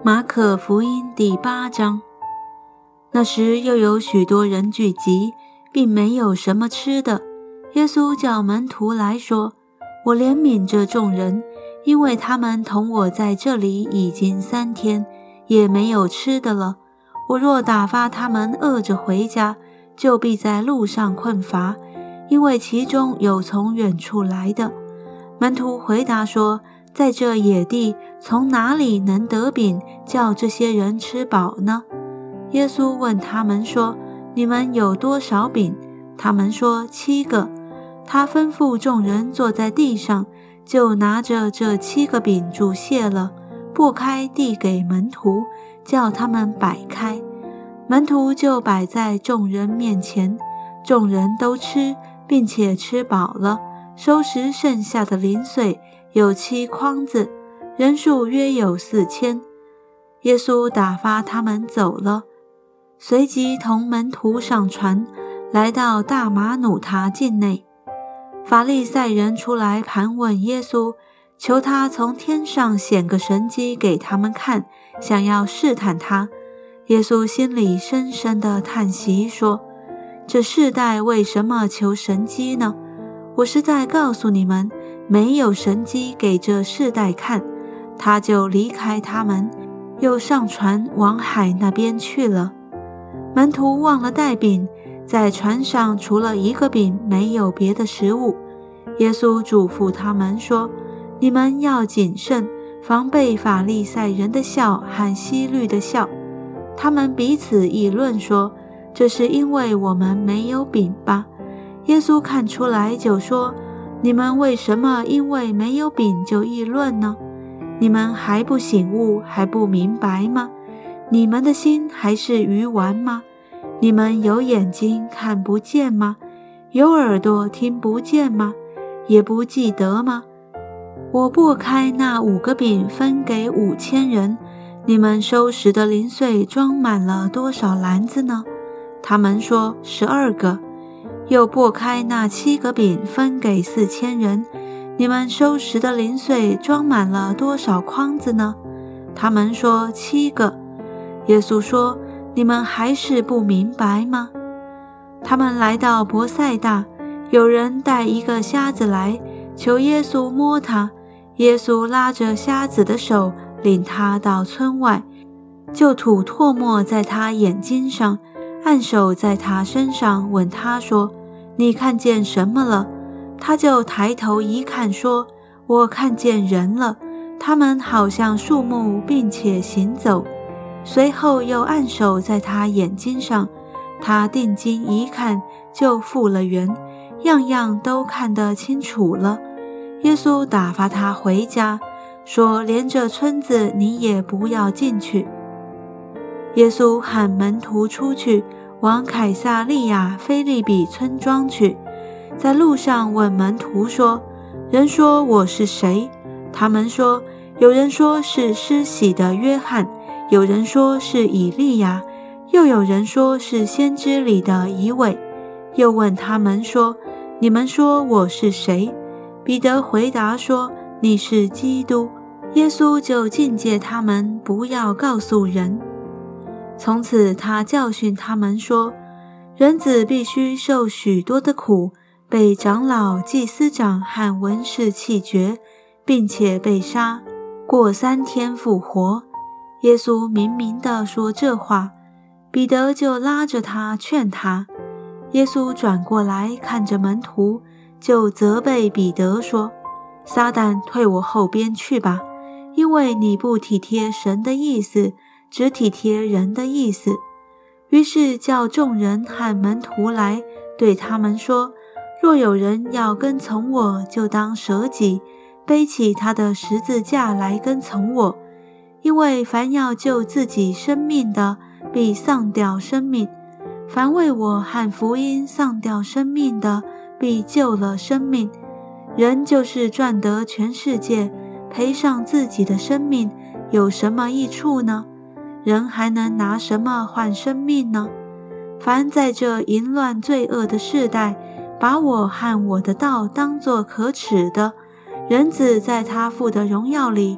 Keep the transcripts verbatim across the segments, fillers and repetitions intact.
马可福音第八章。那时又有许多人聚集，并没有什么吃的。耶稣叫门徒来说：我怜悯这众人，因为他们同我在这里已经三天，也没有吃的了。我若打发他们饿着回家，就必在路上困乏，因为其中有从远处来的。门徒回答说：在这野地，从哪里能得饼叫这些人吃饱呢？耶稣问他们说：你们有多少饼？他们说：七个。他吩咐众人坐在地上，就拿着这七个饼煮谢了，擘开递给门徒，叫他们摆开。门徒就摆在众人面前，众人都吃，并且吃饱了，收拾剩下的零碎，有七筐子，人数约有四千。耶稣打发他们走了，随即同门徒上船，来到大马努他境内。法利赛人出来盘问耶稣，求他从天上显个神迹给他们看，想要试探他。耶稣心里深深地叹息说：这世代为什么求神迹呢？我实在告诉你们，没有神迹给这世代看。他就离开他们，又上船往海那边去了。门徒忘了带饼，在船上除了一个饼，没有别的食物。耶稣嘱咐他们说：你们要谨慎，防备法利赛人的笑和希律的笑。他们彼此议论说：这是因为我们没有饼吧？耶稣看出来就说：你们为什么因为没有饼就议论呢？你们还不醒悟，还不明白吗？你们的心还是鱼丸吗？你们有眼睛看不见吗？有耳朵听不见吗？也不记得吗？我擘开那五个饼分给五千人，你们收拾的零碎装满了多少篮子呢？他们说：十二个。又擘开那七个饼分给四千人，你们收拾的零碎装满了多少筐子呢？他们说：七个。耶稣说：你们还是不明白吗？他们来到伯赛大，有人带一个瞎子来，求耶稣摸他。耶稣拉着瞎子的手，领他到村外，就吐唾沫在他眼睛上，按手在他身上，问他说：你看见什么了？他就抬头一看说：我看见人了，他们好像树木，并且行走。随后又按手在他眼睛上，他定睛一看，就复了原，样样都看得清楚了。耶稣打发他回家，说：连这村子你也不要进去。耶稣喊门徒出去，往凯撒利亚腓立比村庄去，在路上问门徒说：人说我是谁？他们说：有人说是施洗的约翰，有人说是以利亚，又有人说是先知里的一位。又问他们说：你们说我是谁？彼得回答说：你是基督。耶稣就禁戒他们不要告诉人。从此他教训他们说：人子必须受许多的苦，被长老、祭司长和文士弃绝，并且被杀，过三天复活。耶稣明明地说这话，彼得就拉着他劝他。耶稣转过来看着门徒，就责备彼得说：撒旦，退我后边去吧，因为你不体贴神的意思，只体贴人的意思。于是叫众人和门徒来，对他们说：若有人要跟从我，就当舍己，背起他的十字架来跟从我。因为凡要救自己生命的，必丧掉生命；凡为我和福音丧掉生命的，必救了生命。人就是赚得全世界，赔上自己的生命，有什么益处呢？人还能拿什么换生命呢？凡在这淫乱罪恶的世代，把我和我的道当作可耻的，人子在他父的荣耀里，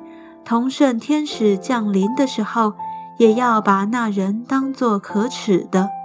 同圣天使降临的时候，也要把那人当作可耻的。